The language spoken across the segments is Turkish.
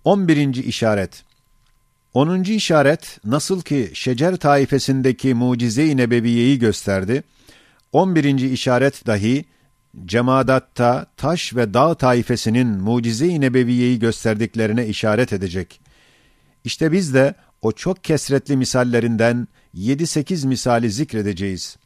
11. işaret. 10. işaret, nasıl ki şecer taifesindeki mucize-i nebeviyeyi gösterdi, 11. işaret dahi, cemadatta taş ve dağ taifesinin mucize-i nebeviyeyi gösterdiklerine işaret edecek. İşte biz de o çok kesretli misallerinden 7-8 misali zikredeceğiz.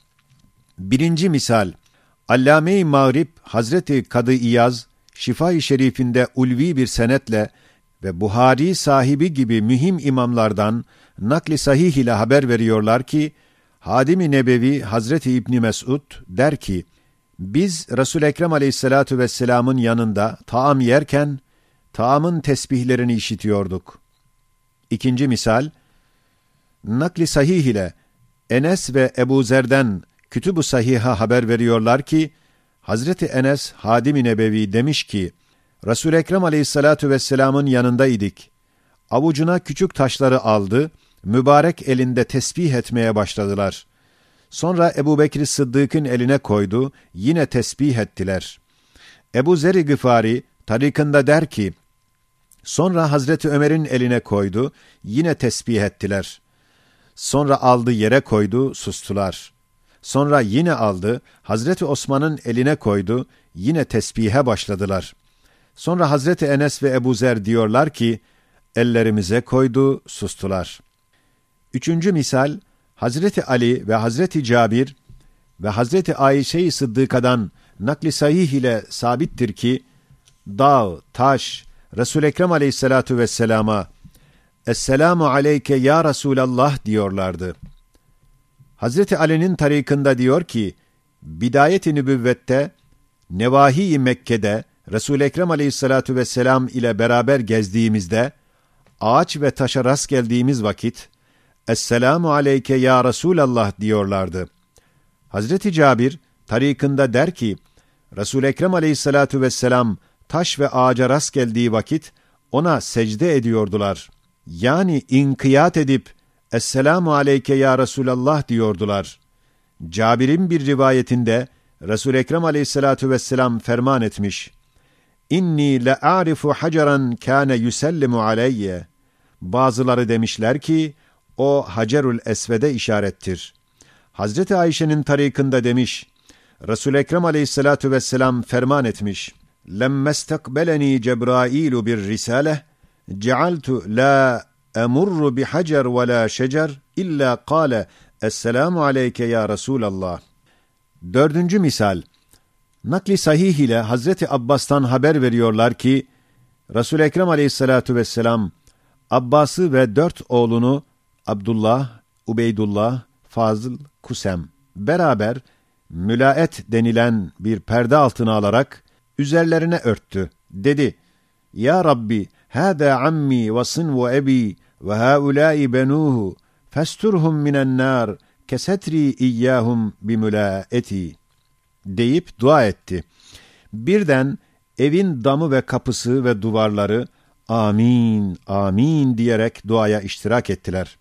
1. misal, Allame-i Mağrib Hazreti Kadı İyaz, Şifa-i Şerifinde ulvi bir senetle ve Buhari sahibi gibi mühim imamlardan nakli sahih ile haber veriyorlar ki, Hadim-i Nebevi Hazreti İbni Mesud der ki, biz Resul-i Ekrem aleyhissalatu vesselamın yanında taam yerken, taamın tesbihlerini işitiyorduk. 2. misal, nakli sahih ile Enes ve Ebu Zer'den Kütüb-ü Sahih'a haber veriyorlar ki, Hazreti Enes Hadim-i Nebevi demiş ki, Resul-i Ekrem aleyhissalatu vesselamın yanındaydık. Avucuna küçük taşları aldı, mübarek elinde tesbih etmeye başladılar. Sonra Ebu Bekir Sıddık'ın eline koydu, yine tesbih ettiler. Ebu Zer-i Gıfari tarikında der ki, sonra Hazreti Ömer'in eline koydu, yine tesbih ettiler. Sonra aldı yere koydu, sustular. Sonra yine aldı, Hazreti Osman'ın eline koydu, yine tesbihe başladılar. Sonra Hazreti Enes ve Ebu Zer diyorlar ki, ellerimize koydu, sustular. 3. misal, Hazreti Ali ve Hazreti Cabir ve Hazreti Ayşe-i Sıddıka'dan nakli sahih ile sabittir ki, dağ, taş, Resul-i Ekrem aleyhissalatu vesselama, Esselamu aleyke ya Resulallah diyorlardı. Hazreti Ali'nin tarikında diyor ki, Bidayet-i Nübüvvet'te, Nevahi-i Mekke'de, Resul-i Ekrem aleyhissalatu vesselam ile beraber gezdiğimizde, ağaç ve taşa rast geldiğimiz vakit, Esselamu aleyke ya Resulallah diyorlardı. Hazreti Cabir, tarikında der ki, Resul-i Ekrem aleyhissalatu vesselam, taş ve ağaca rast geldiği vakit, ona secde ediyordular. Yani inkiyat edip, Esselamu aleyke ya Resulallah diyordular. Cabir'in bir rivayetinde, Resul-i Ekrem aleyhissalatu vesselam ferman etmiş, İnni le'arifu haceran kâne yusellimu aleyye. Bazıları demişler ki, o Hacerül Esved'e işarettir. Hazreti Ayşe'nin tarikında demiş, Resul-i Ekrem aleyhissalatu vesselam ferman etmiş, lemmestekbeleni Cebrailu bir risale, cealtu la emurru bi hacer ve la şecer, illa kâle, Esselamu aleyke ya Resulallah. 4. misal, nakli sahih ile Hazreti Abbas'tan haber veriyorlar ki, Resul-i Ekrem aleyhissalatu vesselam, Abbas'ı ve 4 oğlunu, Abdullah, Ubeydullah, Fazıl, Kusem, beraber mülaet denilen bir perde altına alarak, üzerlerine örttü. Dedi, Ya Rabbi, hâdâ ammi ve sınvu ebi ve hâulâi benûhu, festurhum minen nâr, kesetri iyyâhum bimülâeti. Deyip dua etti. Birden evin damı ve kapısı ve duvarları, amin, amin diyerek duaya iştirak ettiler.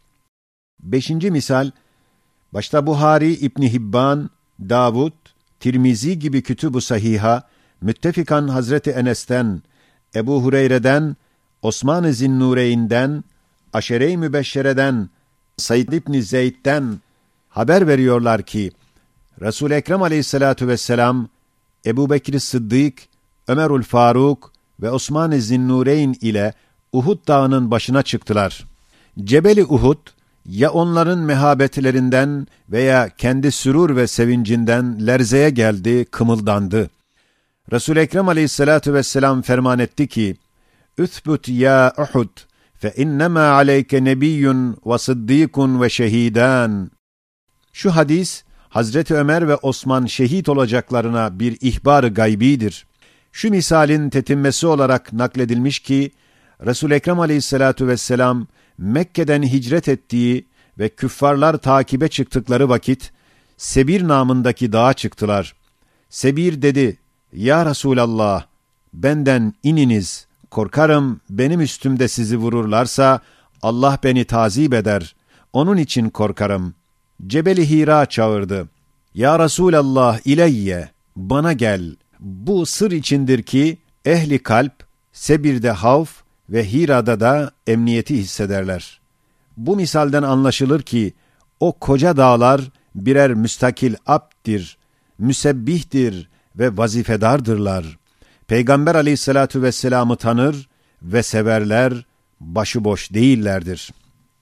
5. misal, başta Buhari, İbn Hibban, Davud, Tirmizi gibi kütüb-ü sahiha, müttefikan Hazreti Enes'ten, Ebu Hureyre'den, Osman-ı Zinnureyn'den, Aşere-i Mübeşşere'den, Said İbn Zeyd'den haber veriyorlar ki, Resul-i Ekrem aleyhissalatu vesselam, Ebu Bekir Sıddık, Ömerül Faruk ve Osman-ı Zinnureyn ile Uhud dağının başına çıktılar. Cebeli Uhud, ya onların mehabetlerinden veya kendi sürur ve sevincinden lerzeye geldi, kımıldandı. Resul-i Ekrem aleyhissalatu vesselam ferman etti ki, Üthbut ya Uhud, fe innemâ aleyke nebiyyun ve sıddîkun ve şehîdân. Şu hadis, Hazreti Ömer ve Osman şehit olacaklarına bir ihbar-ı gaybidir. Şu misalin tetimmesi olarak nakledilmiş ki, Resul-i Ekrem aleyhissalatu vesselam, Mekke'den hicret ettiği ve küffarlar takibe çıktıkları vakit, Sebir namındaki dağa çıktılar. Sebir dedi, Ya Resulallah, benden ininiz, korkarım benim üstümde sizi vururlarsa, Allah beni tazip eder, onun için korkarım. Cebeli Hira çağırdı. Ya Resulallah ileyye, bana gel. Bu sır içindir ki, ehli kalp, Sebir'de havf ve Hira'da da emniyeti hissederler. Bu misalden anlaşılır ki o koca dağlar birer müstakil abddir, müsebbihtir ve vazifedardırlar. Peygamber aleyhissalatu vesselam'ı tanır ve severler, başıboş değillerdir.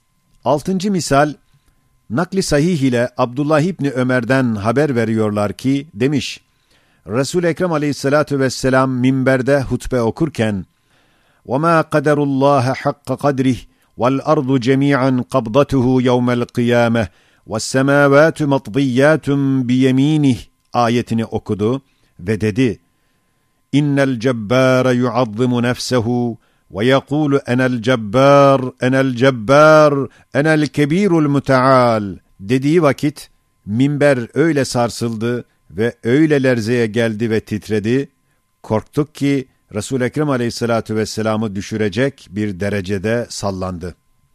6. misal, nakli sahih ile Abdullah İbni Ömer'den haber veriyorlar ki, demiş, Resul-i Ekrem aleyhissalatu vesselam minberde hutbe okurken, وَمَا قَدَرُ اللّٰهَ حَقَّ قَدْرِهِ وَالْأَرْضُ جَمِيعًا قَبْضَتُهُ يَوْمَ الْقِيَامَةِ وَالسَّمَاوَاتُ مَطْبِيَّاتٌ بِيَم۪ينِهِ ayetini okudu ve dedi, اِنَّ الْجَبَّارَ يُعَظِّمُ نَفْسَهُ وَيَقُولُ اَنَا الْجَبَّارِ اَنَا الْجَبَّارِ اَنَا الْكَب۪يرُ الْمُتَعَالِ dediği vakit minber öyle sarsıldı ve öyle lerzeye geldi ve titredi, korktuk ki Resul-i Ekrem aleyhissalatu vesselam'ı düşürecek bir derecede sallandı.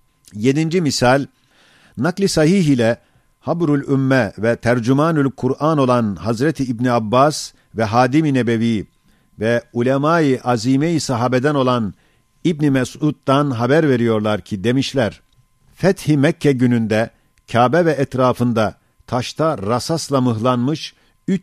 7. misal, nakli sahih ile Habrul Ümme ve Tercümanül Kur'an olan Hazreti İbni Abbas ve Hadim-i Nebevi ve ulema-i azime-i sahabeden olan İbni Mesud'dan haber veriyorlar ki demişler, Fethi Mekke gününde Kabe ve etrafında taşta rasasla mıhlanmış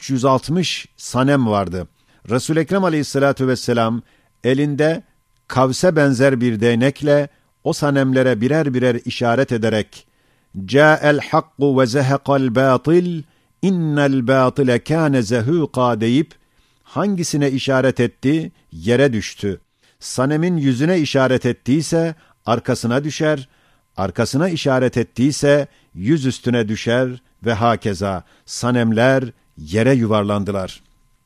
360 sanem vardı. Resul-i Ekrem aleyhissalatu vesselam elinde kavse benzer bir değnekle o sanemlere birer birer işaret ederek Câ'el hakku ve zehekal bâtil innel bâtile kâne zehûkâ deyip hangisine işaret etti? Yere düştü. Sanemin yüzüne işaret ettiyse arkasına düşer, arkasına işaret ettiyse yüz üstüne düşer ve hakeza sanemler yere yuvarlandılar.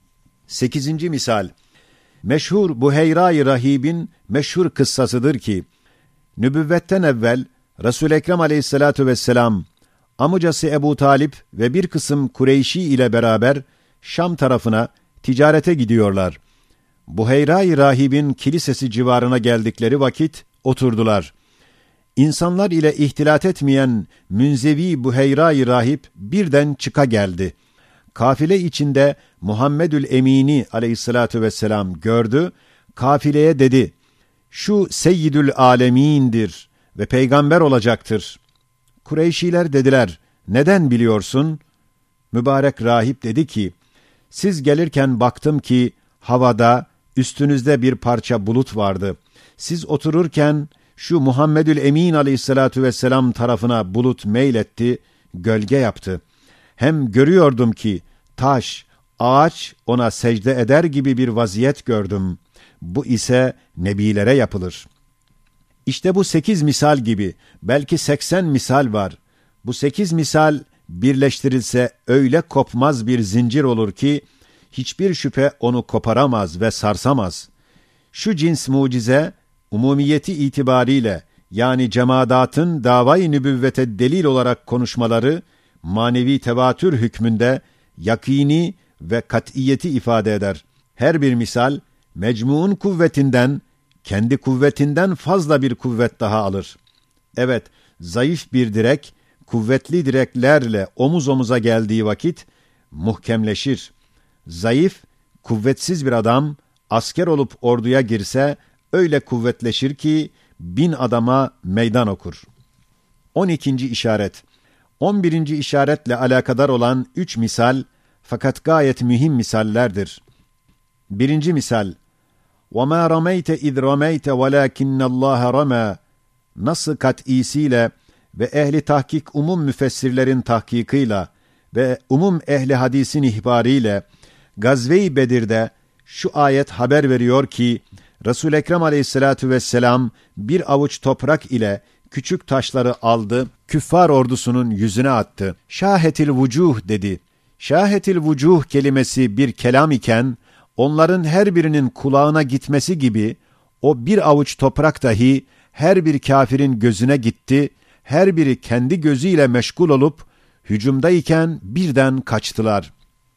8. misal, meşhur Buheyra-i Rahib'in meşhur kıssasıdır ki, nübüvvetten evvel Resul-i Ekrem aleyhissalatu vesselam, amcası Ebu Talip ve bir kısım Kureyşi ile beraber Şam tarafına ticarete gidiyorlar. Buheyra-i Rahib'in kilisesi civarına geldikleri vakit oturdular. İnsanlar ile ihtilat etmeyen Münzevi Buheyra-i Rahip birden çıka geldi. Kafile içinde Muhammedül Emini aleyhissalatu vesselam gördü, kafileye dedi, şu Seyyidül Alemin'dir ve peygamber olacaktır. Kureyşiler dediler, neden biliyorsun? Mübarek rahip dedi ki, siz gelirken baktım ki havada üstünüzde bir parça bulut vardı. Siz otururken şu Muhammedül Emin aleyhissalatu vesselam tarafına bulut meyletti, gölge yaptı. Hem görüyordum ki taş, ağaç ona secde eder gibi bir vaziyet gördüm. Bu ise nebilere yapılır. İşte bu 8 misal gibi belki 80 misal var. Bu 8 misal birleştirilse öyle kopmaz bir zincir olur ki hiçbir şüphe onu koparamaz ve sarsamaz. Şu cins mucize umumiyeti itibariyle yani cemaatın davayı nübüvvete delil olarak konuşmaları manevi tevatür hükmünde yakini ve kat'iyeti ifade eder. Her bir misal mecmuun kuvvetinden, kendi kuvvetinden fazla bir kuvvet daha alır. Evet, zayıf bir direk, kuvvetli direklerle omuz omuza geldiği vakit muhkemleşir. Zayıf, kuvvetsiz bir adam asker olup orduya girse öyle kuvvetleşir ki 1000 adama meydan okur. 12. işaret. 11. işaretle alakadar olan 3 misal fakat gayet mühim misallerdir. 1. misal, وَمَا رَمَيْتَ اِذْ رَمَيْتَ وَلَاكِنَّ اللّٰهَ رَمَى nasıl kat'isiyle ve ehli tahkik umum müfessirlerin tahkikıyla ve umum ehli hadisin ihbariyle Gazve-i Bedir'de şu ayet haber veriyor ki Resul-i Ekrem aleyhissalatu vesselam bir avuç toprak ile küçük taşları aldı, küffar ordusunun yüzüne attı. Şahetil vucuh dedi. Şahetil vucuh kelimesi bir kelam iken, onların her birinin kulağına gitmesi gibi, o bir avuç toprak dahi her bir kafirin gözüne gitti, her biri kendi gözüyle meşgul olup, hücumdayken birden kaçtılar.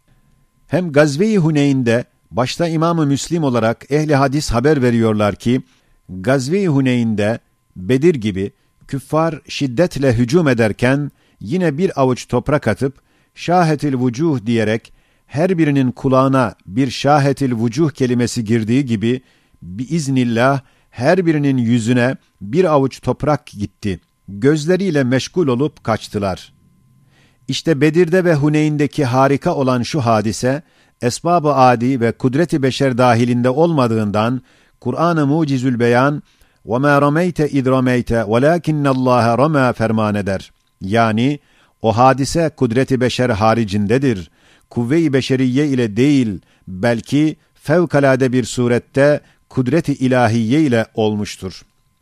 Hem Gazve-i Huneyn'de, başta İmam-ı Müslim olarak ehli hadis haber veriyorlar ki, Gazve-i Huneyn'de, Bedir gibi, küffar şiddetle hücum ederken, yine bir avuç toprak atıp, şahetil vucuh diyerek, her birinin kulağına bir şahetil vucuh kelimesi girdiği gibi, biiznillah, her birinin yüzüne bir avuç toprak gitti. Gözleriyle meşgul olup kaçtılar. İşte Bedir'de ve Huneyn'deki harika olan şu hadise, esbab-ı adi ve kudret-i beşer dahilinde olmadığından, Kur'an-ı Mucizül Beyan, وَمَا رَمَيْتَ اِذْ رَمَيْتَ وَلَاكِنَّ اللّٰهَ رَمَى ferman eder. Yani, o hadise kudret-i beşer haricindedir. Kuvve-i beşeriye ile değil, belki fevkalade bir surette kudret-i ilahiye ile olmuştur.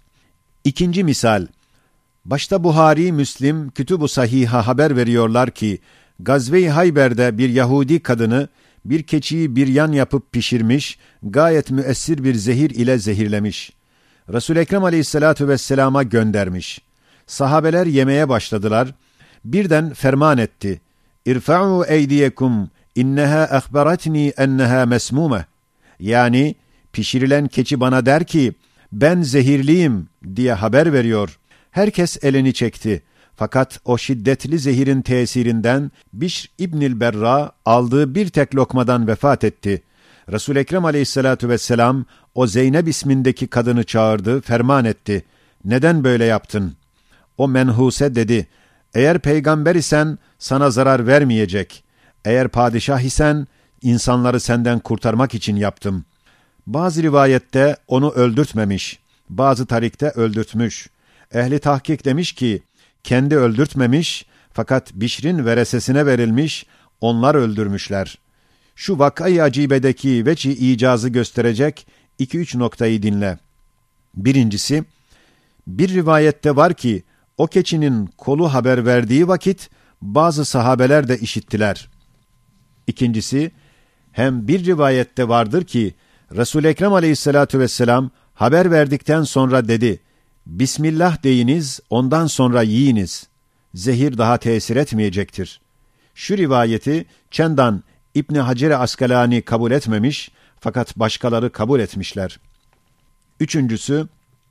İkinci misal, başta Buhari, Müslim, Kütüb-ü Sahih'a haber veriyorlar ki, Gazve-i Hayber'de bir Yahudi kadını, bir keçiyi bir yan yapıp pişirmiş, gayet müessir bir zehir ile zehirlemiş. Resul-i Ekrem aleyhissalatu vesselama göndermiş. Sahabeler yemeye başladılar. Birden ferman etti. İrfa'u eydiyekum inneha ahbaratni enneha mesmume. Yani pişirilen keçi bana der ki ben zehirliyim diye haber veriyor. Herkes elini çekti. Fakat o şiddetli zehirin tesirinden Bişr İbnül Berra aldığı bir tek lokmadan vefat etti. Resul-i Ekrem aleyhissalatu vesselam o Zeynep ismindeki kadını çağırdı, ferman etti. Neden böyle yaptın? O menhuse dedi, eğer peygamber isen sana zarar vermeyecek. Eğer padişah isen insanları senden kurtarmak için yaptım. Bazı rivayette onu öldürtmemiş, bazı tarikte öldürtmüş. Ehli tahkik demiş ki, kendi öldürtmemiş fakat Bişr'in veresesine verilmiş, onlar öldürmüşler. Şu vakayı acibedeki veçi icazı gösterecek 2-3 noktayı dinle. Birincisi, bir rivayette var ki, o keçinin kolu haber verdiği vakit, bazı sahabeler de işittiler. İkincisi, hem bir rivayette vardır ki, Resul-i Ekrem aleyhissalatu vesselam haber verdikten sonra dedi, Bismillah deyiniz, ondan sonra yiyiniz. Zehir daha tesir etmeyecektir. Şu rivayeti Çendan İbn Hacer-i Askalani kabul etmemiş, fakat başkaları kabul etmişler. Üçüncüsü,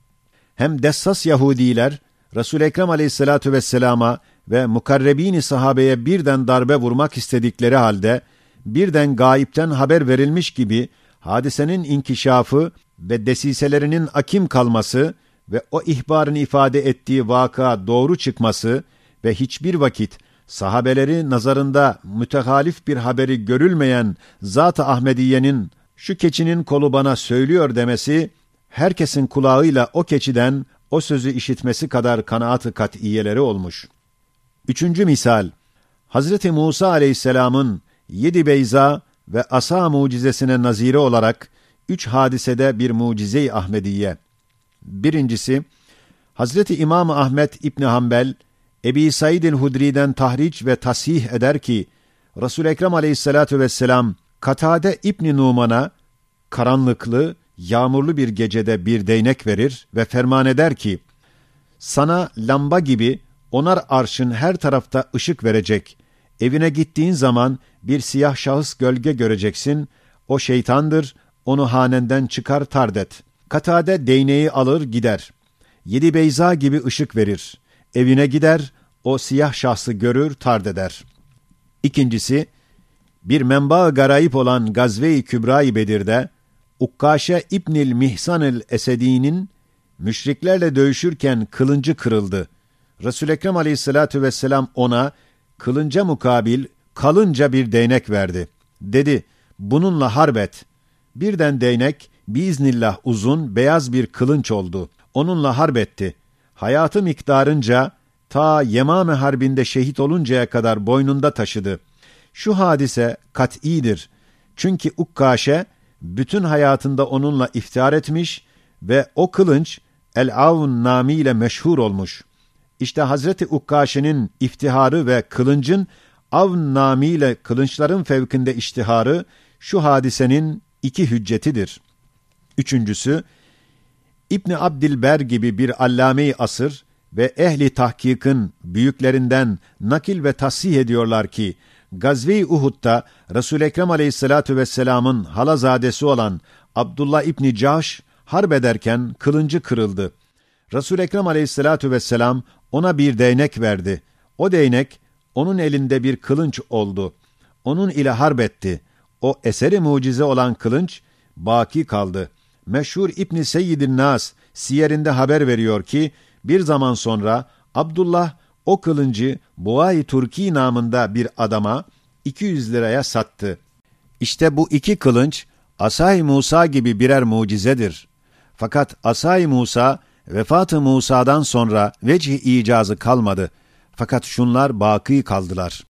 hem dessas Yahudiler, Resul-i Ekrem aleyhissalatu vesselama ve mukarrebini sahabeye birden darbe vurmak istedikleri halde, birden gayipten haber verilmiş gibi, hadisenin inkişafı ve desiselerinin akim kalması ve o ihbarın ifade ettiği vaka doğru çıkması ve hiçbir vakit sahabeleri nazarında mütehalif bir haberi görülmeyen Zat-ı Ahmediye'nin şu keçinin kolu bana söylüyor demesi, herkesin kulağıyla o keçiden o sözü işitmesi kadar kanaat-ı kat'iyeleri olmuş. Üçüncü misal, Hazreti Musa aleyhisselamın 7 beyza ve asa mucizesine nazire olarak 3 hadisede bir mucize-i Ahmediye. Birincisi, Hazreti İmam-ı Ahmed İbni Hanbel, Ebi Said el-Hudri'den tahriç ve tasih eder ki, Resul-i Ekrem aleyhissalatu vesselam, Katade İbni Numan'a karanlıklı, yağmurlu bir gecede bir değnek verir ve ferman eder ki, sana lamba gibi onar arşın her tarafta ışık verecek. Evine gittiğin zaman bir siyah şahıs gölge göreceksin. O şeytandır, onu hanenden çıkar tard et. Katade değneği alır gider. 7 beyza gibi ışık verir. Evine gider, o siyah şahsı görür tard eder. İkincisi, bir menba-ı garayip olan Gazve-i Kübra-i Bedir'de, Ukkaşe İbnil Mihsan-ül Esedi'nin müşriklerle dövüşürken kılıncı kırıldı. Resul-i Ekrem aleyhissalatu vesselam ona kılınca mukabil kalınca bir değnek verdi. Dedi, bununla harbet. Birden değnek biiznillah uzun beyaz bir kılınç oldu. Onunla harbetti. Hayatı miktarınca ta Yemame Harbi'nde şehit oluncaya kadar boynunda taşıdı. Şu hadise kat'idir. Çünkü Ukkaşe bütün hayatında onunla iftihar etmiş ve o kılınç El-Avn namiyle meşhur olmuş. İşte Hazreti Ukkaşe'nin iftiharı ve kılıncın Avn namiyle kılınçların fevkinde iştiharı şu hadisenin 2 hüccetidir. Üçüncüsü, İbni Abdilber gibi bir allame-i asır ve ehli tahkikın büyüklerinden nakil ve tasih ediyorlar ki, Gazve-i Uhud'da Resul-i Ekrem aleyhissalatu vesselamın halazadesi olan Abdullah İbni Cahş harp ederken kılıncı kırıldı. Resul-i Ekrem aleyhissalatu vesselam ona bir değnek verdi. O değnek onun elinde bir kılınç oldu. Onun ile harp etti. O eseri mucize olan kılınç baki kaldı. meşhur İbn Seyyidin Nas siyerinde haber veriyor ki, bir zaman sonra Abdullah o kılıncı Buğay Turki namında bir adama 200 liraya sattı. İşte bu iki kılınç Asay Musa gibi birer mucizedir. Fakat Asay Musa vefatı Musa'dan sonra vecih icazı kalmadı. Fakat şunlar baki kaldılar.